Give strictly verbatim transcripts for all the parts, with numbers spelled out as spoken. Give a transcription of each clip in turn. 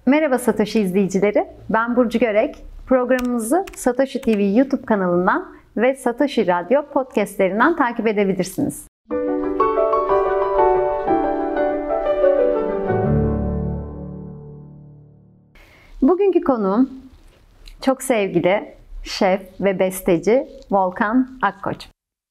Merhaba Satoshi izleyicileri, ben Burcu Görek. Programımızı Satoshi T V YouTube kanalından ve Satoshi Radyo podcastlerinden takip edebilirsiniz. Bugünkü konuğum çok sevgili şef ve besteci Volkan Akkoç.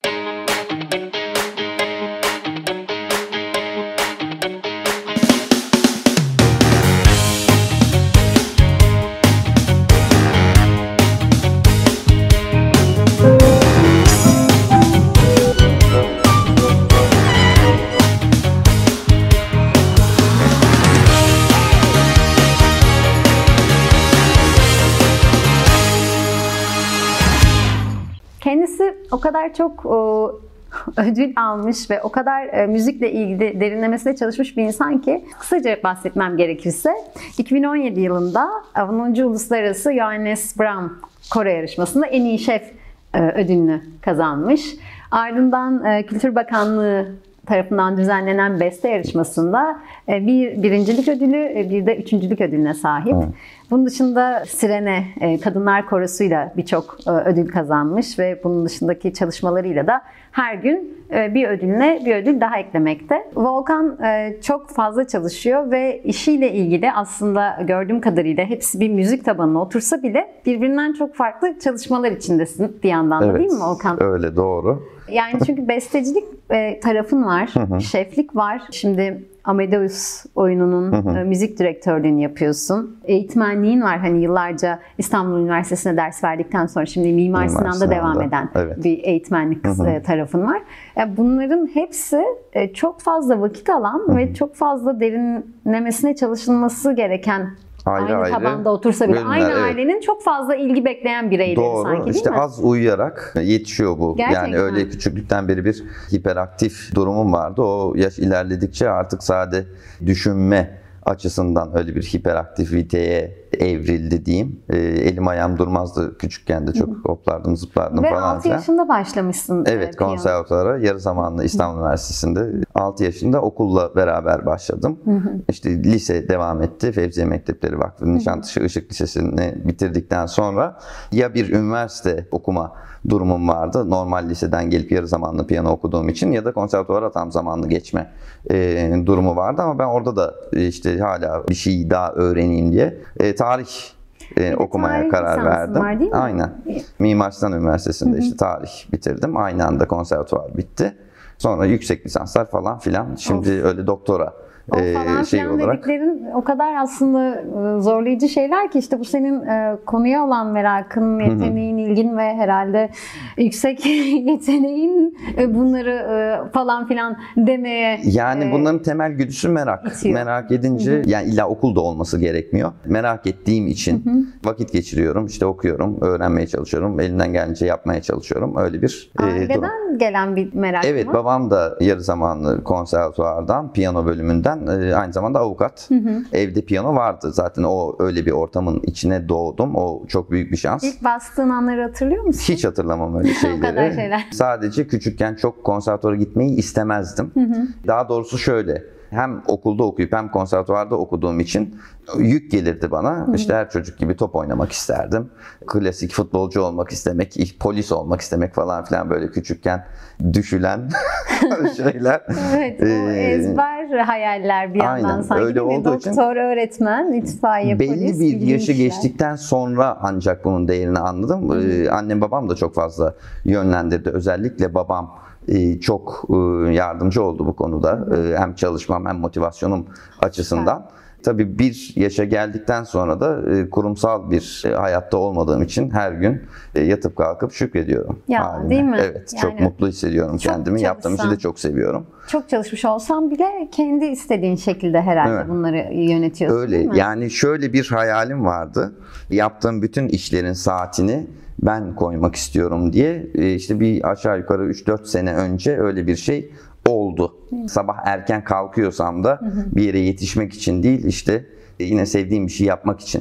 Kendisi o kadar çok o, ödül almış ve o kadar e, müzikle ilgili derinlemesine çalışmış bir insan ki kısaca bahsetmem gerekirse iki bin on yedi yılında onuncu Uluslararası Johannes Brahms Koro yarışmasında en iyi şef e, ödülünü kazanmış. Ardından e, Kültür Bakanlığı tarafından düzenlenen beste yarışmasında bir birincilik ödülü, bir de üçüncülük ödülüne sahip. Hmm. Bunun dışında Sirene Kadınlar Korosu'yla birçok ödül kazanmış ve bunun dışındaki çalışmalarıyla da her gün bir ödülüne bir ödül daha eklemekte. Volkan çok fazla çalışıyor ve işiyle ilgili aslında gördüğüm kadarıyla hepsi bir müzik tabanına otursa bile birbirinden çok farklı çalışmalar içindesin bir yandan da, evet, değil mi Volkan? Öyle, doğru. Yani çünkü bestecilik e, tarafın var, hı hı. şeflik var. Şimdi Amadeus oyununun hı hı. E, müzik direktörlüğünü yapıyorsun. Eğitmenliğin var. Hani yıllarca İstanbul Üniversitesi'ne ders verdikten sonra şimdi Mimar, Mimar Sinan'da, Sinan'da devam eden evet. bir eğitmenlik hı hı. E, tarafın var. Yani bunların hepsi e, çok fazla vakit alan hı hı. ve çok fazla derinlemesine çalışılması gereken Ayrı aynı ayrı tabanda otursa bile bölümler, aynı evet. ailenin çok fazla ilgi bekleyen bireyleri Doğru. sanki, değil işte mi? Az uyuyarak yetişiyor bu. Gerçekten. Yani öyle küçüklükten beri bir hiperaktif durumum vardı. O yaş ilerledikçe artık sade düşünme açısından öyle bir hiperaktiviteye evrildi diyeyim. E, elim ayağım durmazdı küçükken de çok Hı-hı. hoplardım zıplardım Ve falan. Ve altı yaşında başlamışsın. Evet, konservatuvara yarı zamanlı İstanbul Hı-hı. Üniversitesi'nde altı yaşında okulla beraber başladım. Hı-hı. İşte lise devam etti. Fevziye Mektepleri Vakfı Nişantaşı Işık Lisesi'ni bitirdikten sonra ya bir üniversite okuma durumum vardı. Normal liseden gelip yarı zamanlı piyano okuduğum için ya da konservatuvara tam zamanlı geçme e, durumu vardı ama ben orada da işte hala bir şey daha öğreneyim diye e, tarih e, okumaya tarih karar verdim. Var, değil mi? Aynen. Mimar Sinan Üniversitesi'nde Hı-hı. işte tarih bitirdim. Aynı anda konservatuvar bitti. Sonra yüksek lisanslar falan filan. Şimdi of. öyle doktora O falan şey filan olarak dediklerin o kadar aslında zorlayıcı şeyler ki işte bu senin konuya olan merakın, yeteneğin, ilgin ve herhalde yüksek yeteneğin bunları falan filan demeye. Yani bunların temel güdüsü merak. İtiyor. Merak edince hı hı. yani illa okulda olması gerekmiyor. Merak ettiğim için hı hı. vakit geçiriyorum, işte okuyorum, öğrenmeye çalışıyorum, elimden gelince yapmaya çalışıyorum. Öyle bir Aileden e, durum. gelen bir merak Evet, mı? babam da yarı zamanlı konservatuvardan, piyano bölümünden aynı zamanda avukat. Hı hı. Evde piyano vardı. Zaten o öyle bir ortamın içine doğdum. O çok büyük bir şans. İlk bastığın anları hatırlıyor musun? Hiç hatırlamam öyle şeyleri. O kadar şeyler. Sadece küçükken çok konservatuvara gitmeyi istemezdim. Hı hı. Daha doğrusu şöyle. Hem okulda okuyup hem konservatuvarda okuduğum için yük gelirdi bana. Hı hı. İşte her çocuk gibi top oynamak isterdim. Klasik futbolcu olmak istemek, polis olmak istemek falan filan böyle küçükken düşülen şeyler. Evet, o ezber hayaller bir yandan aynen, sanki öyle olduğu doktor, için öğretmen, itfaiye, belli polis. Belli bir yaşı geçtikten sonra ancak bunun değerini anladım. Hı. Ee, annem babam da çok fazla yönlendirdi. Özellikle babam çok yardımcı oldu bu konuda. Hem çalışmam hem motivasyonum açısından. Evet. Tabii bir yaşa geldikten sonra da kurumsal bir hayatta olmadığım için her gün yatıp kalkıp şükrediyorum. Ya haline. Değil mi? Evet, yani çok mutlu hissediyorum kendimi. Çalışsan, yaptığım işi de çok seviyorum. Çok çalışmış olsam bile kendi istediğin şekilde herhalde evet. bunları yönetiyorsun. Öyle. Değil mi? Yani şöyle bir hayalim vardı. Yaptığım bütün işlerin saatini ben koymak istiyorum diye işte bir aşağı yukarı üç dört sene önce öyle bir şey oldu. Hı. Sabah erken kalkıyorsam da hı hı. bir yere yetişmek için değil işte yine sevdiğim bir şey yapmak için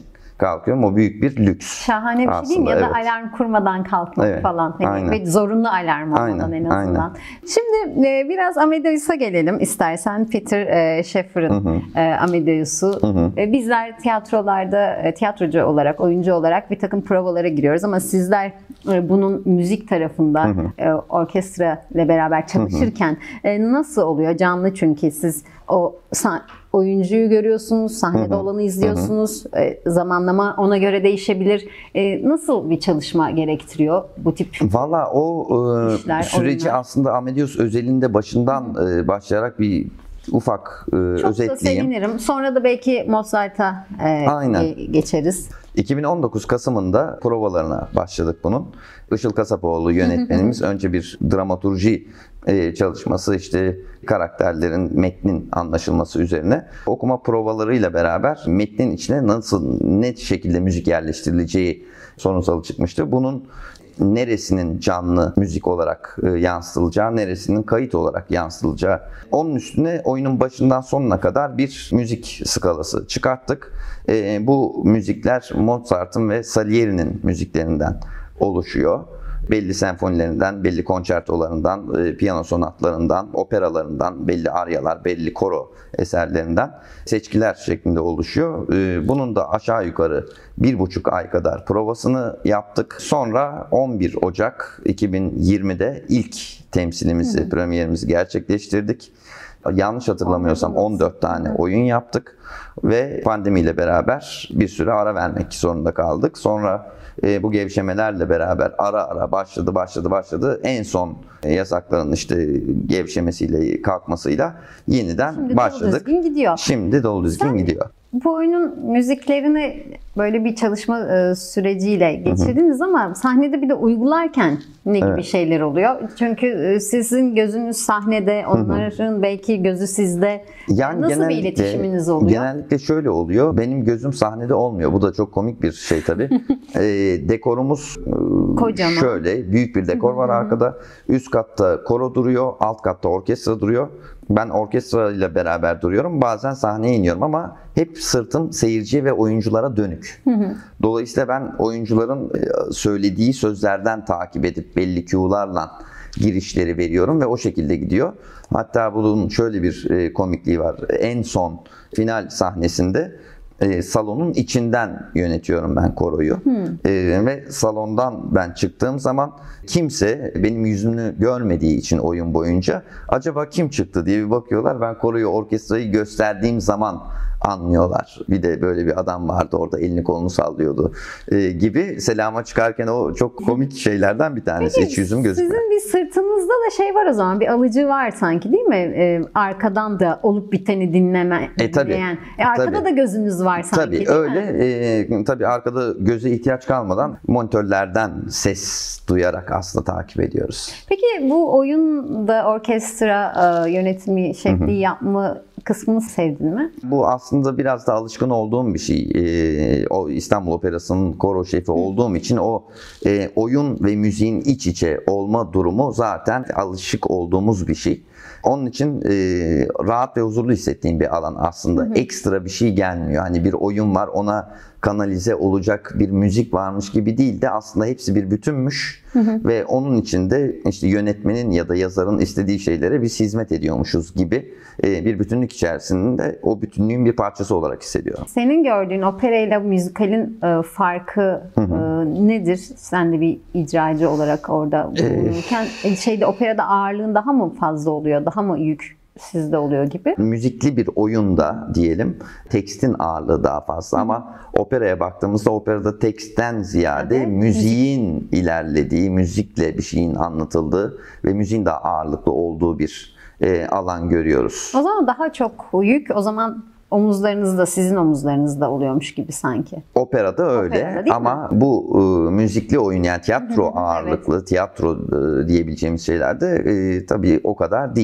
kalkıyorum. O büyük bir lüks. Şahane bir şey değil mi? Ya da evet. alarm kurmadan kalkmak Evet, falan. Hani aynen. ve zorunlu alarm olmadan Aynen, en azından. aynen. Şimdi e, biraz Amadeus'a gelelim istersen. Peter e, Shaffer'ın e, Amadeus'u. E, bizler tiyatrolarda e, tiyatrocu olarak, oyuncu olarak bir takım provalara giriyoruz ama sizler e, bunun müzik tarafında e, orkestra ile beraber çalışırken e, nasıl oluyor? Canlı çünkü siz o oyuncuyu görüyorsunuz, sahnede olanı izliyorsunuz. E, zamanlama ona göre değişebilir. E, nasıl bir çalışma gerektiriyor bu tip Valla o e, işler, süreci oyunlar? aslında Amadeus özelinde başından e, başlayarak bir ufak e, Çok da özetleyeyim. sevinirim. Sonra da belki Mozart'a e, Aynen. ge- geçeriz. iki bin on dokuz Kasım'ında provalarına başladık bunun. Işıl Kasapoğlu yönetmenimiz önce bir dramaturji e, çalışması, işte karakterlerin, metnin anlaşılması üzerine okuma provalarıyla beraber metnin içine nasıl, net şekilde müzik yerleştirileceği sorunsalı çıkmıştı. Bunun neresinin canlı müzik olarak e, yansıtılacağı, neresinin kayıt olarak yansıtılacağı. Onun üstüne oyunun başından sonuna kadar bir müzik skalası çıkarttık. E, bu müzikler Mozart'ın ve Salieri'nin müziklerinden oluşuyor. Belli senfonilerinden, belli konçertolarından, e, piyano sonatlarından, operalarından, belli aryalar, belli koro eserlerinden seçkiler şeklinde oluşuyor. E, bunun da aşağı yukarı bir buçuk ay kadar provasını yaptık. Sonra on bir Ocak iki bin yirmide ilk temsilimizi, hı hı. premierimizi gerçekleştirdik. Yanlış hatırlamıyorsam on dört tane oyun yaptık ve pandemiyle beraber bir süre ara vermek zorunda kaldık. Sonra e, bu gevşemelerle beraber ara ara başladı, başladı, başladı. En son e, yasakların işte gevşemesiyle, kalkmasıyla yeniden Şimdi başladık. Dolu düzgün gidiyor. Şimdi dolu düzgün Sen gidiyor. Bu oyunun müziklerini böyle bir çalışma e, süreciyle geçirdiniz, hı hı. ama sahnede bir de uygularken ne gibi evet. şeyler oluyor? Çünkü e, sizin gözünüz sahnede, onların hı hı. belki gözü sizde. Yani nasıl bir iletişiminiz oluyor? Genellikle şöyle oluyor. Benim gözüm sahnede olmuyor. Bu da çok komik bir şey tabii. e, dekorumuz Kocaman. şöyle. Büyük bir dekor var arkada. Üst katta koro duruyor. Alt katta orkestra duruyor. Ben orkestra ile beraber duruyorum. Bazen sahneye iniyorum ama hep sırtım seyirciye ve oyunculara dönük. Hı hı. Dolayısıyla ben oyuncuların söylediği sözlerden takip edip belli cue'larla girişleri veriyorum ve o şekilde gidiyor. Hatta bunun şöyle bir komikliği var. En son final sahnesinde E, salonun içinden yönetiyorum ben koroyu. Hmm. E, ve salondan ben çıktığım zaman kimse benim yüzümü görmediği için oyun boyunca acaba kim çıktı diye bir bakıyorlar. Ben koroyu, orkestrayı gösterdiğim zaman anlıyorlar. Bir de böyle bir adam vardı orada, elini kolunu sallıyordu e, gibi. Selama çıkarken o çok komik şeylerden bir tanesi. Peki, hiç yüzüm gözükmüyor. Sizin bir sırtınızda da şey var o zaman. Bir alıcı var sanki, değil mi? E, arkadan da olup biteni dinleme. E tabii. E, arkada tabii. da gözünüz var sanki. Tabii öyle. E, tabii arkada göze ihtiyaç kalmadan monitörlerden ses duyarak aslında takip ediyoruz. Peki bu oyunda orkestra e, yönetimi şekli, hı hı. yapma kısmını sevdin mi? Bu aslında biraz da alışkın olduğum bir şey. Ee, o İstanbul Operası'nın koro şefi olduğum için o e, oyun ve müziğin iç içe olma durumu zaten alışık olduğumuz bir şey. Onun için e, rahat ve huzurlu hissettiğim bir alan aslında. Hı hı. Ekstra bir şey gelmiyor. Hani bir oyun var, ona kanalize olacak bir müzik varmış gibi değil de aslında hepsi bir bütünmüş. Hı hı. Ve onun içinde işte yönetmenin ya da yazarın istediği şeylere biz hizmet ediyormuşuz gibi e, bir bütünlük içerisinde o bütünlüğün bir parçası olarak hissediyorum. Senin gördüğün operayla müzikalin e, farkı hı hı. E, nedir? Sen de bir icracı olarak orada bulunurken ee, şeyde operada ağırlığın daha mı fazla oluyor? Daha mı yük sizde oluyor gibi? Müzikli bir oyunda diyelim tekstin ağırlığı daha fazla, hı. ama operaya baktığımızda operada tekstten ziyade evet, müziğin müzik. ilerlediği, müzikle bir şeyin anlatıldığı ve müziğin daha ağırlıklı olduğu bir e, alan görüyoruz. O zaman daha çok yük, o zaman omuzlarınızda, sizin omuzlarınızda oluyormuş gibi sanki. Operada öyle, Operada, ama mi? bu e, müzikli oyun, yani tiyatro ağırlıklı, evet. tiyatro e, diyebileceğimiz şeylerde e, tabii o kadar değil.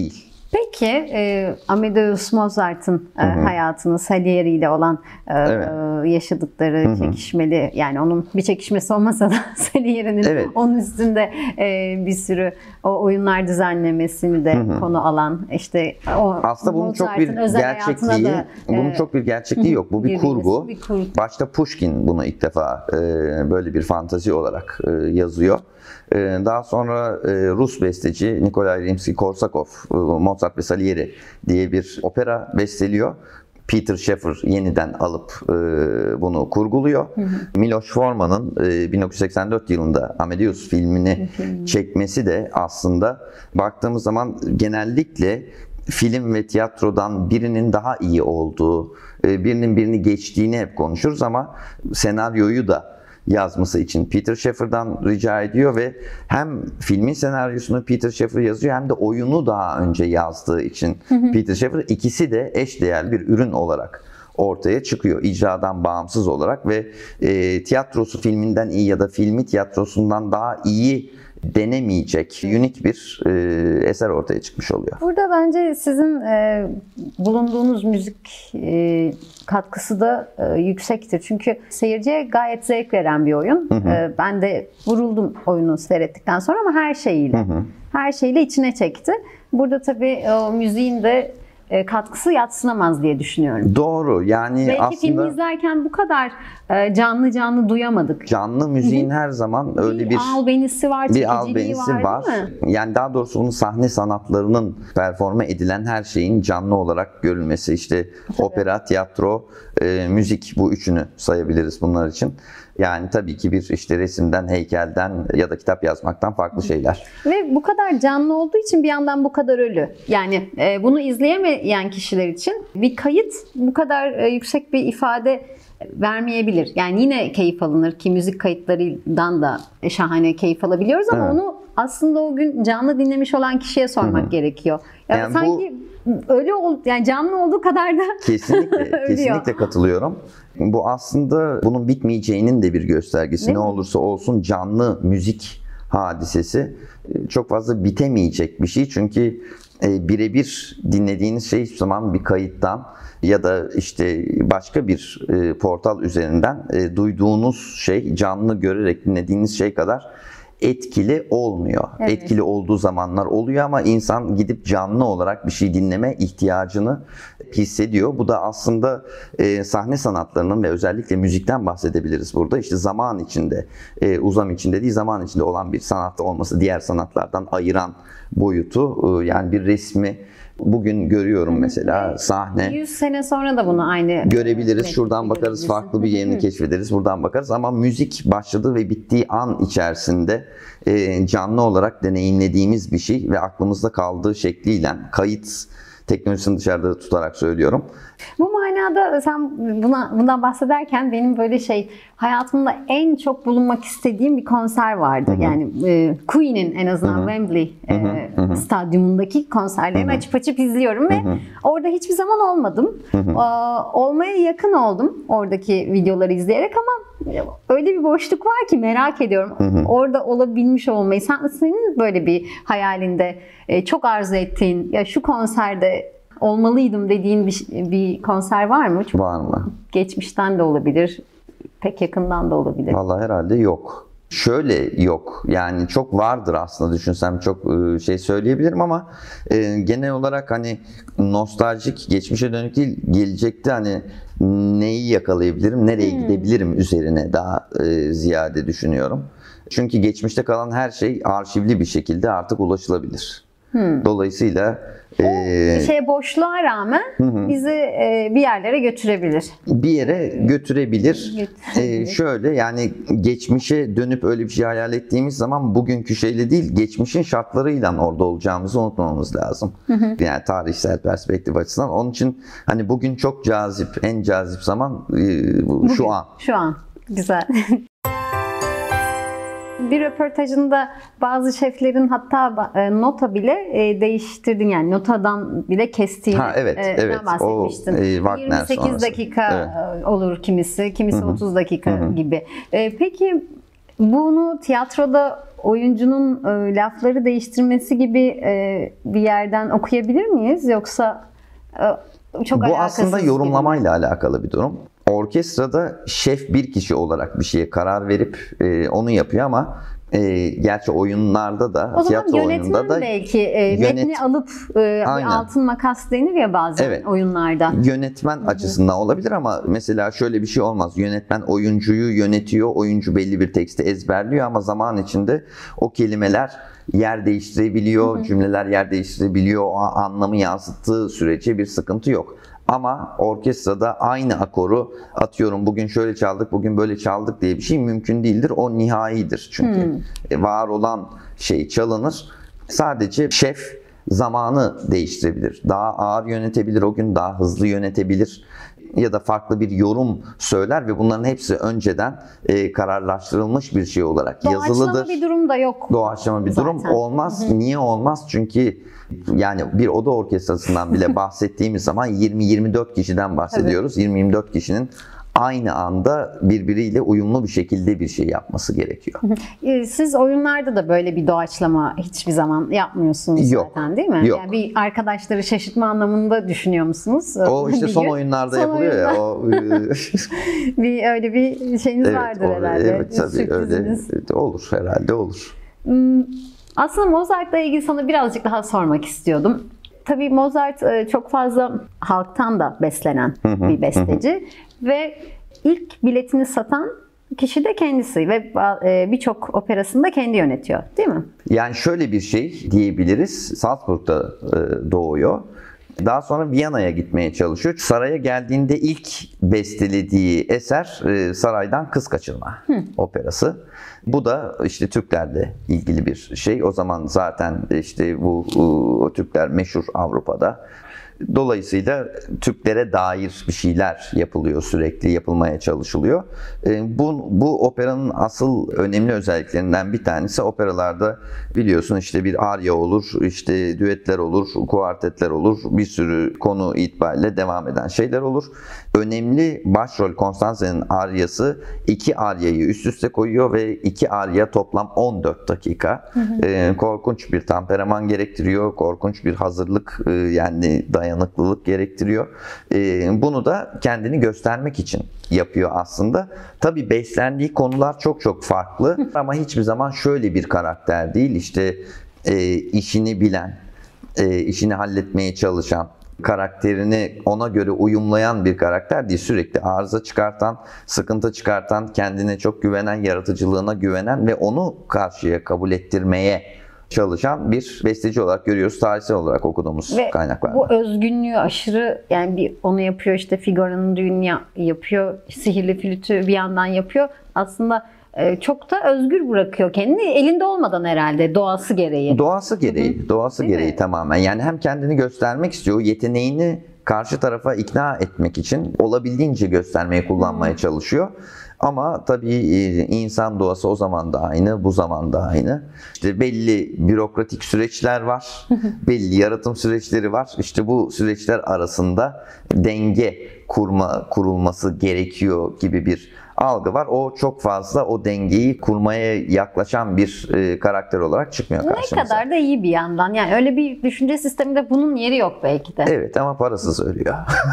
Peki e, Amadeus Mozart'ın e, hayatını, Salieri ile olan e, Evet. yaşadıkları Hı-hı. çekişmeli, yani onun bir çekişmesi olmasa da Salieri'nin evet. onun üstünde e, bir sürü o oyunlar düzenlemesini de Hı-hı. konu alan, işte o aslında bunun çok bir gerçekliği, da, bunun e, çok bir gerçekliği yok. Bu bir kurgu. bir kurgu. Başta Pushkin bunu ilk defa e, böyle bir fantazi olarak e, yazıyor. Daha sonra Rus besteci Nikolay Rimsky-Korsakov, Mozart ve Salieri diye bir opera besteliyor. Peter Shaffer yeniden alıp bunu kurguluyor. Hı hı. Miloš Forman'ın bin dokuz yüz seksen dört yılında Amadeus filmini hı hı. çekmesi de aslında baktığımız zaman genellikle film ve tiyatrodan birinin daha iyi olduğu, birinin birini geçtiğini hep konuşuruz ama senaryoyu da yazması için Peter Shaffer'dan rica ediyor ve hem filmin senaryosunu Peter Shaffer yazıyor hem de oyunu daha önce yazdığı için hı hı. Peter Shaffer, ikisi de eşdeğer bir ürün olarak ortaya çıkıyor icradan bağımsız olarak ve e, tiyatrosu filminden iyi ya da filmi tiyatrosundan daha iyi denemeyecek unik bir e, eser ortaya çıkmış oluyor. Burada bence sizin e, bulunduğunuz müzik e, katkısı da e, yüksektir. Çünkü seyirciye gayet zevk veren bir oyun. Hı hı. E, ben de vuruldum oyunu seyrettikten sonra ama her şeyiyle. Hı hı. Her şeyle içine çekti. Burada tabii o müziğin de katkısı yadsınamaz diye düşünüyorum. Doğru. Yani belki aslında filmi izlerken bu kadar canlı canlı duyamadık. Canlı müziğin her zaman öyle bir, bir albenisi var, bir albenisi var. var. Yani daha doğrusu onun sahne sanatlarının performe edilen her şeyin canlı olarak görülmesi. İşte tabii. Opera, tiyatro, e, müzik, bu üçünü sayabiliriz bunlar için. Yani tabii ki bir işte resimden, heykelden ya da kitap yazmaktan farklı şeyler. Ve bu kadar canlı olduğu için bir yandan bu kadar ölü. Yani e, bunu izleyemeyen kişiler için bir kayıt bu kadar e, yüksek bir ifade vermeyebilir. Yani yine keyif alınır ki müzik kayıtlarından da şahane keyif alabiliyoruz ama evet. onu aslında o gün canlı dinlemiş olan kişiye sormak Hı-hı. gerekiyor. Yani, yani sanki bu, öyle ol, yani canlı olduğu kadar da kesinlikle kesinlikle katılıyorum. Bu aslında bunun bitmeyeceğinin de bir göstergesi. Değil ne mi? Olursa olsun canlı müzik hadisesi çok fazla bitemeyecek bir şey. Çünkü birebir dinlediğiniz şey hiçbir zaman bir kayıttan ya da işte başka bir portal üzerinden duyduğunuz şey, canlı görerek dinlediğiniz şey kadar etkili olmuyor. Evet. Etkili olduğu zamanlar oluyor ama insan gidip canlı olarak bir şey dinleme ihtiyacını hissediyor. Bu da aslında e, sahne sanatlarının ve özellikle müzikten bahsedebiliriz burada. İşte zaman içinde, e, uzam içinde değil zaman içinde olan bir sanatta olması diğer sanatlardan ayıran boyutu. E, yani bir resmi bugün görüyorum mesela sahne. yüz sene sonra da bunu aynı görebiliriz. Şuradan bakarız, farklı bir yerini keşfederiz. Buradan bakarız ama müzik başladığı ve bittiği an içerisinde e, canlı olarak deneyimlediğimiz bir şey ve aklımızda kaldığı şekliyle kayıt teknolojisini dışarıda tutarak söylüyorum. Bu manada sen buna, bundan bahsederken benim böyle şey hayatımda en çok bulunmak istediğim bir konser vardı. Hı hı. Yani e, Queen'in en azından hı hı. Wembley e, hı hı. stadyumundaki konserlerini hı hı. açıp açıp izliyorum ve hı hı. orada hiçbir zaman olmadım. Hı hı. E, olmaya yakın oldum oradaki videoları izleyerek ama öyle bir boşluk var ki merak ediyorum. Hı hı. Orada olabilmiş olmayı. Sen, senin böyle bir hayalinde e, çok arzu ettiğin ya şu konserde olmalıydım dediğin bir, bir konser var mı? Çok var mı? Geçmişten de olabilir, pek yakından da olabilir. Vallahi herhalde yok. Şöyle yok. Yani çok vardır aslında düşünsem çok şey söyleyebilirim ama genel olarak hani nostaljik, geçmişe dönük değil, gelecekte hani neyi yakalayabilirim, nereye hmm. gidebilirim üzerine daha ziyade düşünüyorum. Çünkü geçmişte kalan her şey arşivli bir şekilde artık ulaşılabilir. Hmm. Dolayısıyla o e, şey boşluğa rağmen hı hı. bizi e, bir yerlere götürebilir. Bir yere götürebilir. götürebilir. E, şöyle yani geçmişe dönüp öyle bir şey hayal ettiğimiz zaman bugünkü şeyle değil, geçmişin şartlarıyla orada olacağımızı unutmamamız lazım. Hı hı. Yani tarihsel perspektif açısından. Onun için hani bugün çok cazip, en cazip zaman e, bugün, şu an. Şu an. Güzel. Bir röportajında bazı şeflerin hatta nota bile değiştirdin, yani notadan bile kestiğini ha, evet, evet. bahsetmiştin. O, e, yirmi sekiz sonrası. dakika evet. olur kimisi, kimisi Hı-hı. otuz dakika Hı-hı. gibi. Peki Bunu tiyatroda oyuncunun e, lafları değiştirmesi gibi e, bir yerden okuyabilir miyiz? Yoksa e, çok Bu alakasız aslında gibi yorumlamayla mi? alakalı bir durum. Orkestrada şef bir kişi olarak bir şeye karar verip e, onu yapıyor ama e, gerçi oyunlarda da, O zaman tiyatro yönetmen oyununda da belki e, yönet- metni alıp e, bir Aynen. altın makas denir ya bazen Evet. oyunlarda. Yönetmen açısından olabilir ama mesela şöyle bir şey olmaz. Yönetmen oyuncuyu yönetiyor, oyuncu belli bir teksti ezberliyor ama zaman içinde o kelimeler yer değiştirebiliyor, cümleler yer değiştirebiliyor. O anlamı yansıttığı sürece bir sıkıntı yok. Ama orkestrada aynı akoru atıyorum bugün şöyle çaldık, bugün böyle çaldık diye bir şey mümkün değildir. O nihaidir çünkü. E, var olan şey çalınır. Sadece şef zamanı değiştirebilir. Daha ağır yönetebilir, o gün daha hızlı yönetebilir ya da farklı bir yorum söyler ve bunların hepsi önceden e, kararlaştırılmış bir şey olarak yazılıdır. Doğaçlama bir durum da yok. Doğaçlama bir durum zaten. olmaz. Niye olmaz? Çünkü yani bir oda orkestrasından bile bahsettiğimiz zaman yirmi yirmi dört kişiden bahsediyoruz. yirmi yirmi dört kişinin aynı anda birbiriyle uyumlu bir şekilde bir şey yapması gerekiyor. Siz oyunlarda da böyle bir doğaçlama hiçbir zaman yapmıyorsunuz Yok. zaten değil mi? Yok. Yani bir arkadaşları şaşırtma anlamında düşünüyor musunuz? O işte Bir son gün. oyunlarda Son yapılıyor oyunda. ya. O, bir öyle bir şeyiniz evet, vardır o- herhalde. evet tabii öyle Sürpriziniz. olur herhalde olur. Aslında Mozart'la ilgili sana birazcık daha sormak istiyordum. Tabii Mozart e, çok fazla halktan da beslenen bir besteci ve ilk biletini satan kişi de kendisi ve e, birçok operasını da kendi yönetiyor, değil mi? Yani şöyle bir şey diyebiliriz. Salzburg'da e, doğuyor. Daha sonra Viyana'ya gitmeye çalışıyor. Saraya geldiğinde ilk bestelediği eser e, Saraydan Kız Kaçırma operası. Bu da işte Türklerle ilgili bir şey. O zaman zaten işte bu o, Türkler meşhur Avrupa'da. Dolayısıyla Türklere dair bir şeyler yapılıyor, sürekli yapılmaya çalışılıyor. Bu, bu operanın asıl önemli özelliklerinden bir tanesi, operalarda biliyorsun işte bir arya olur, işte düetler olur, kuartetler olur, bir sürü konu itibariyle devam eden şeyler olur. Önemli başrol Constanze'nin aryası iki aryayı üst üste koyuyor ve iki arya toplam on dört dakika. Hı hı. Ee, korkunç bir temperaman gerektiriyor, korkunç bir hazırlık e, yani dayanıklılık gerektiriyor. Ee, bunu da kendini göstermek için yapıyor aslında. Tabii beslendiği konular çok çok farklı ama hiçbir zaman şöyle bir karakter değil. İşte e, işini bilen, e, işini halletmeye çalışan, karakterini ona göre uyumlayan bir karakter değil. Sürekli arıza çıkartan, sıkıntı çıkartan, kendine çok güvenen, yaratıcılığına güvenen ve onu karşıya kabul ettirmeye çalışan bir besteci olarak görüyoruz tarihsel olarak okuduğumuz ve kaynaklarda. Bu özgünlüğü aşırı, yani bir onu yapıyor, işte Figaro'nun düğünü yapıyor, sihirli flütü bir yandan yapıyor. Aslında çok da özgür bırakıyor kendini, elinde olmadan herhalde, doğası gereği. Doğası gereği, Hı-hı. doğası Değil gereği mi? tamamen. Yani hem kendini göstermek istiyor, yeteneğini karşı tarafa ikna etmek için olabildiğince göstermeye, kullanmaya Hı-hı. çalışıyor. Ama tabii insan doğası o zaman da aynı, bu zaman da aynı. İşte belli bürokratik süreçler var, belli yaratım süreçleri var. İşte bu süreçler arasında denge kurma kurulması gerekiyor gibi bir algı var. O çok fazla o dengeyi kurmaya yaklaşan bir e, karakter olarak çıkmıyor karşımıza. Ne kadar da iyi bir yandan. Yani öyle bir düşünce sisteminde bunun yeri yok belki de. Evet ama parasız ölüyor.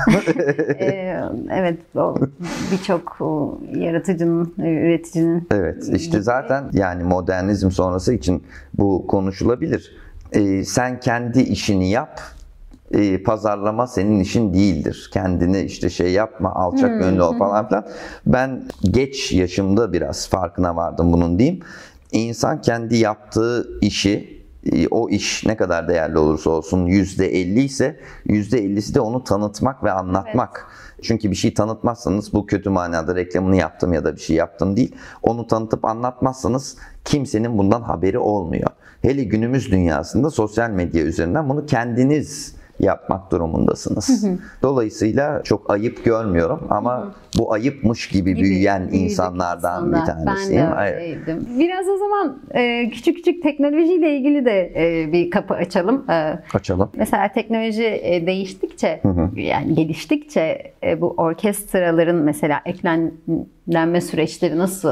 ee, evet, o birçok o yaratıcının, üreticinin. Evet, işte zaten yani modernizm sonrası için bu konuşulabilir. Ee, sen kendi işini yap. E, pazarlama senin işin değildir. Kendini işte şey yapma, alçak Hmm. gönüllü ol falan filan. Ben geç yaşımda biraz farkına vardım bunun diyeyim. İnsan kendi yaptığı işi, e, o iş ne kadar değerli olursa olsun yüzde elli ise yüzde ellisi de onu tanıtmak ve anlatmak. Evet. Çünkü bir şey tanıtmazsanız, bu kötü manada reklamını yaptım ya da bir şey yaptım değil. Onu tanıtıp anlatmazsanız kimsenin bundan haberi olmuyor. Hele günümüz dünyasında sosyal medya üzerinden bunu kendiniz yapmak durumundasınız. Hı hı. Dolayısıyla çok ayıp görmüyorum ama hı hı. bu ayıpmış gibi, gibi büyüyen insanlardan aslında bir tanesiyim. Ben de öyleydim. Biraz o zaman e, küçük küçük teknolojiyle ilgili de e, bir kapı açalım. E, açalım. Mesela teknoloji e, değiştikçe, hı hı. yani geliştikçe e, bu orkestraların mesela eklenme süreçleri nasıl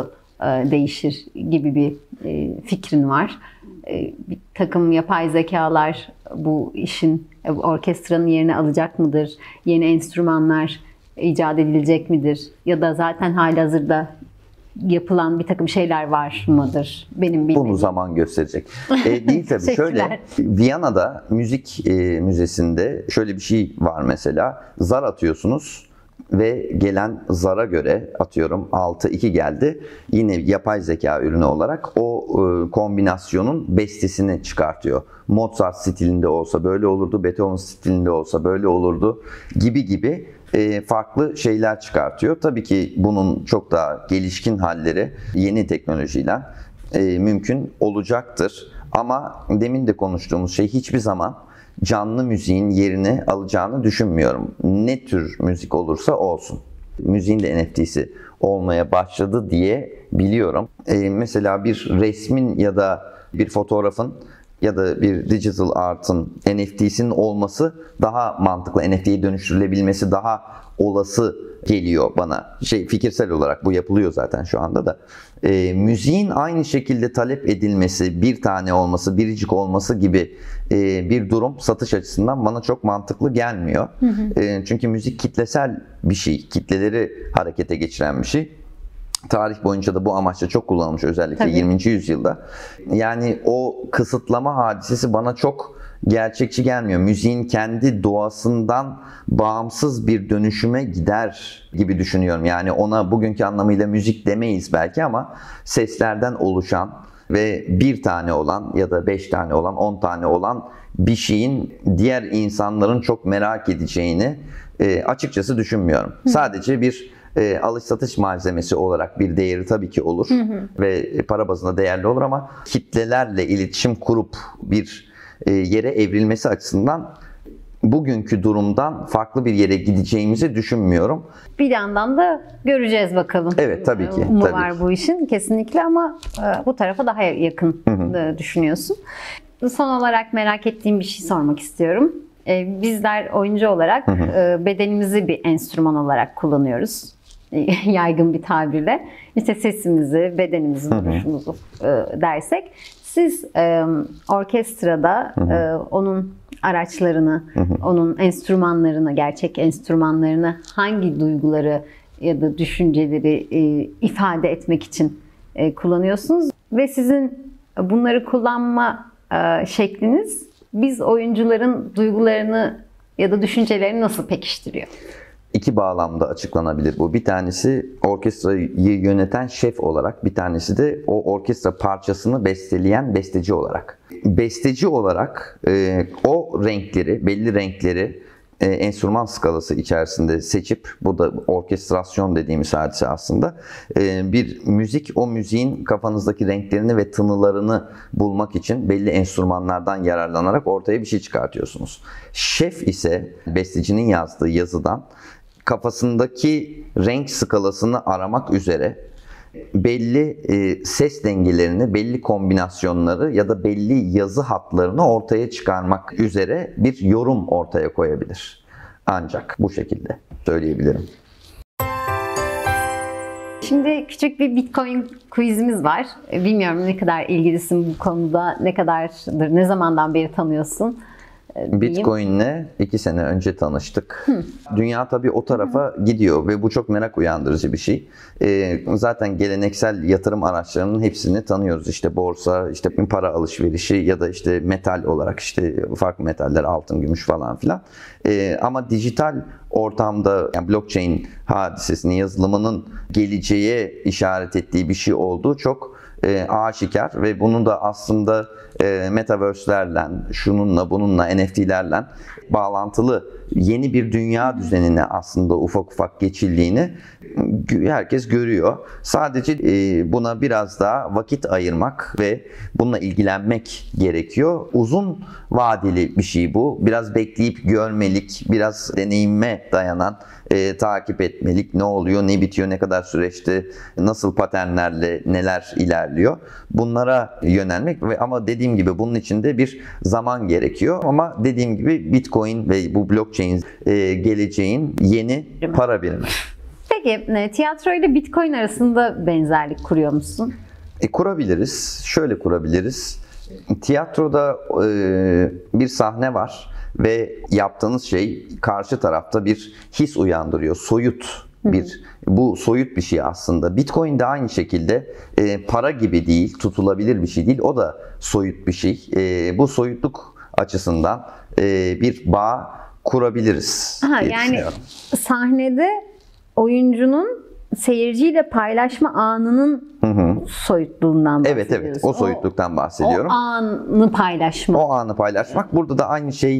e, değişir gibi bir e, fikrin var. E, bir takım yapay zekalar bu işin, e, orkestranın yerini alacak mıdır? Yeni enstrümanlar icat edilecek midir? Ya da zaten halihazırda yapılan bir takım şeyler var mıdır? Benim bilmediğim. Bunu zaman gösterecek. E, değil tabii. Şöyle, Viyana'da müzik e, müzesinde şöyle bir şey var mesela. Zar atıyorsunuz ve gelen zara göre, atıyorum altı iki geldi. Yine yapay zeka ürünü olarak o e, kombinasyonun bestesini çıkartıyor. Mozart stilinde olsa böyle olurdu, Beethoven stilinde olsa böyle olurdu gibi gibi e, farklı şeyler çıkartıyor. Tabii ki bunun çok daha gelişkin halleri yeni teknolojiyle e, mümkün olacaktır. Ama demin de konuştuğumuz şey hiçbir zaman canlı müziğin yerini alacağını düşünmüyorum. Ne tür müzik olursa olsun. Müziğin de N F T'si olmaya başladı diye biliyorum. Ee, mesela bir resmin ya da bir fotoğrafın ya da bir digital art'ın N F T'sinin olması daha mantıklı. N F T'ye dönüştürülebilmesi daha olası geliyor bana. Şey, fikirsel olarak bu yapılıyor zaten şu anda da. E, müziğin aynı şekilde talep edilmesi, bir tane olması, biricik olması gibi e, bir durum satış açısından bana çok mantıklı gelmiyor. Hı hı. E, çünkü müzik kitlesel bir şey, kitleleri harekete geçiren bir şey. Tarih boyunca da bu amaçla çok kullanılmış, özellikle Tabii. yirminci yüzyılda. Yani o kısıtlama hadisesi bana çok gerçekçi gelmiyor. Müziğin kendi doğasından bağımsız bir dönüşüme gider gibi düşünüyorum. Yani ona bugünkü anlamıyla müzik demeyiz belki ama seslerden oluşan ve bir tane olan ya da beş tane olan, on tane olan bir şeyin diğer insanların çok merak edeceğini e, açıkçası düşünmüyorum. Hı. Sadece bir E, alış satış malzemesi olarak bir değeri tabii ki olur hı hı. ve para bazında değerli olur ama kitlelerle iletişim kurup bir e, yere evrilmesi açısından bugünkü durumdan farklı bir yere gideceğimizi düşünmüyorum. Bir yandan da göreceğiz bakalım. Evet, tabii ki. Mu tabii var ki. bu işin kesinlikle ama e, bu tarafa daha yakın hı hı. düşünüyorsun. Son olarak merak ettiğim bir şey sormak istiyorum. E, bizler oyuncu olarak hı hı. E, bedenimizi bir enstrüman olarak kullanıyoruz. Yaygın bir tabirle. İşte sesimizi, bedenimizi, duruşumuzu e, dersek. Siz e, orkestrada e, onun araçlarını, hı hı. onun enstrümanlarını, gerçek enstrümanlarını hangi duyguları ya da düşünceleri e, ifade etmek için e, kullanıyorsunuz? Ve sizin bunları kullanma e, şekliniz biz oyuncuların duygularını ya da düşüncelerini nasıl pekiştiriyor? İki bağlamda açıklanabilir bu. Bir tanesi orkestrayı yöneten şef olarak, bir tanesi de o orkestra parçasını besteleyen besteci olarak. Besteci olarak e, o renkleri, belli renkleri e, enstrüman skalası içerisinde seçip, bu da orkestrasyon dediğimiz hadise aslında, e, bir müzik, o müziğin kafanızdaki renklerini ve tınılarını bulmak için belli enstrümanlardan yararlanarak ortaya bir şey çıkartıyorsunuz. Şef ise bestecinin yazdığı yazıdan kafasındaki renk skalasını aramak üzere belli e, ses dengelerini, belli kombinasyonları ya da belli yazı hatlarını ortaya çıkarmak üzere bir yorum ortaya koyabilir. Ancak bu şekilde söyleyebilirim. Şimdi küçük bir Bitcoin quizimiz var. Bilmiyorum ne kadar ilgilisin bu konuda, ne kadardır, ne zamandan beri tanıyorsun? Bitcoin'le iki sene önce tanıştık. Hı. Dünya tabii o tarafa Hı. gidiyor ve bu çok merak uyandırıcı bir şey. Ee, zaten geleneksel yatırım araçlarının hepsini tanıyoruz. İşte borsa, işte para alışverişi ya da işte metal olarak işte farklı metaller, altın, gümüş falan filan. Ee, ama dijital ortamda, yani blockchain hadisesinin, yazılımının geleceğe işaret ettiği bir şey olduğu çok e, aşikar ve bunun da aslında e, metaverse'lerle, şununla bununla, N F T'lerle bağlantılı yeni bir dünya düzenine aslında ufak ufak geçildiğini herkes görüyor. Sadece e, buna biraz daha vakit ayırmak ve bununla ilgilenmek gerekiyor. Uzun vadeli bir şey bu. Biraz bekleyip görmelik, biraz deneyime dayanan, e, takip etmelik. Ne oluyor, ne bitiyor, ne kadar süreçte, nasıl paternlerle neler ilerliyor. Bunlara yönelmek ve ama dediğim gibi bunun için de bir zaman gerekiyor. Ama dediğim gibi Bitcoin ve bu blockchain e, geleceğin yeni para birimi. Peki e, tiyatro ile Bitcoin arasında benzerlik kuruyor musun? E, kurabiliriz. Şöyle kurabiliriz. Tiyatroda e, bir sahne var ve yaptığınız şey karşı tarafta bir his uyandırıyor. Soyut bir, bu soyut bir şey aslında. Bitcoin de aynı şekilde e, para gibi değil, tutulabilir bir şey değil. O da soyut bir şey. E, bu soyutluk açısından e, bir bağ kurabiliriz Aha, diye yani düşünüyorum. sahnede oyuncunun seyirciyle paylaşma anının hı hı. soyutluğundan bahsediyorsun. Evet evet, o soyutluktan bahsediyorum. O anı paylaşmak. O anı paylaşmak. Burada da aynı şey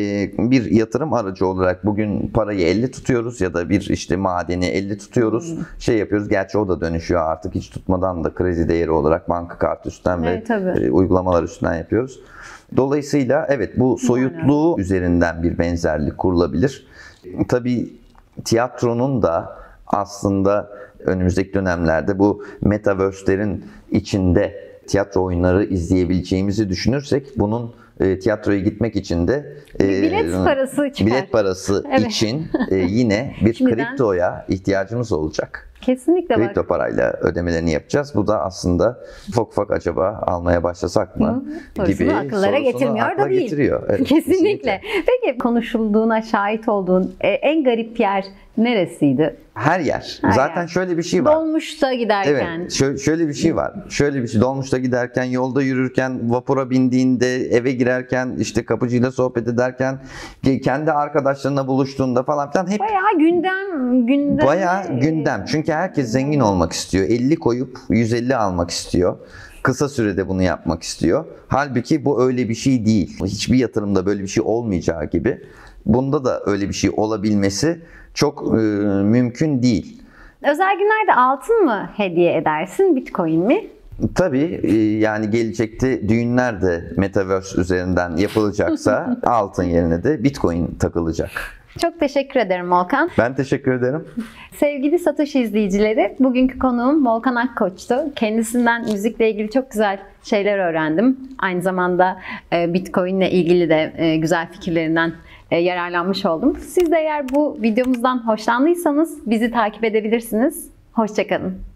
bir yatırım aracı olarak bugün parayı elle tutuyoruz ya da bir işte madeni elle tutuyoruz. Hmm. Şey yapıyoruz. Gerçi o da dönüşüyor artık. Hiç tutmadan da kredi değeri olarak banka kartı üstten evet, ve tabii. uygulamalar üstünden yapıyoruz. Dolayısıyla evet, bu soyutluğu yani. üzerinden bir benzerlik kurulabilir. Tabii tiyatronun da aslında önümüzdeki dönemlerde bu metaverse'lerin içinde tiyatro oyunları izleyebileceğimizi düşünürsek bunun e, tiyatroya gitmek için de e, bilet parası çıkar. Bilet parası evet. için e, yine bir Şimdiden... kriptoya ihtiyacımız olacak. Kesinlikle Kripto bak. parayla ödemelerini yapacağız. Bu da aslında ufak ufak acaba almaya başlasak mı Hı, gibi akıllara getirmiyor akla da değil. Getiriyor. Evet, kesinlikle. kesinlikle. Peki konuşulduğuna şahit olduğun en garip yer neresiydi? Her yer. Her Zaten yer. şöyle bir şey var. Dolmuşta giderken. Evet. Şöyle, şöyle bir şey var. Şöyle bir şey. Dolmuşta giderken, yolda yürürken, vapura bindiğinde, eve girerken, işte kapıcıyla sohbet ederken, kendi arkadaşlarına buluştuğunda falan filan hep bayağı gündem, gündem. Bayağı gündem. Çünkü herkes zengin olmak istiyor. elli koyup yüz elli almak istiyor. Kısa sürede bunu yapmak istiyor. Halbuki bu öyle bir şey değil. Hiçbir yatırımda böyle bir şey olmayacağı gibi. Bunda da öyle bir şey olabilmesi çok e, mümkün değil. Özel günlerde altın mı hediye edersin, Bitcoin mi? Tabii e, yani gelecekte düğünler de Metaverse üzerinden yapılacaksa altın yerine de Bitcoin takılacak. Çok teşekkür ederim Volkan. Ben teşekkür ederim. Sevgili Satoshi izleyicileri, bugünkü konuğum Volkan Akkoç'tu. Kendisinden müzikle ilgili çok güzel şeyler öğrendim. Aynı zamanda Bitcoin ile ilgili de güzel fikirlerinden yararlanmış oldum. Siz de eğer bu videomuzdan hoşlandıysanız bizi takip edebilirsiniz. Hoşça kalın.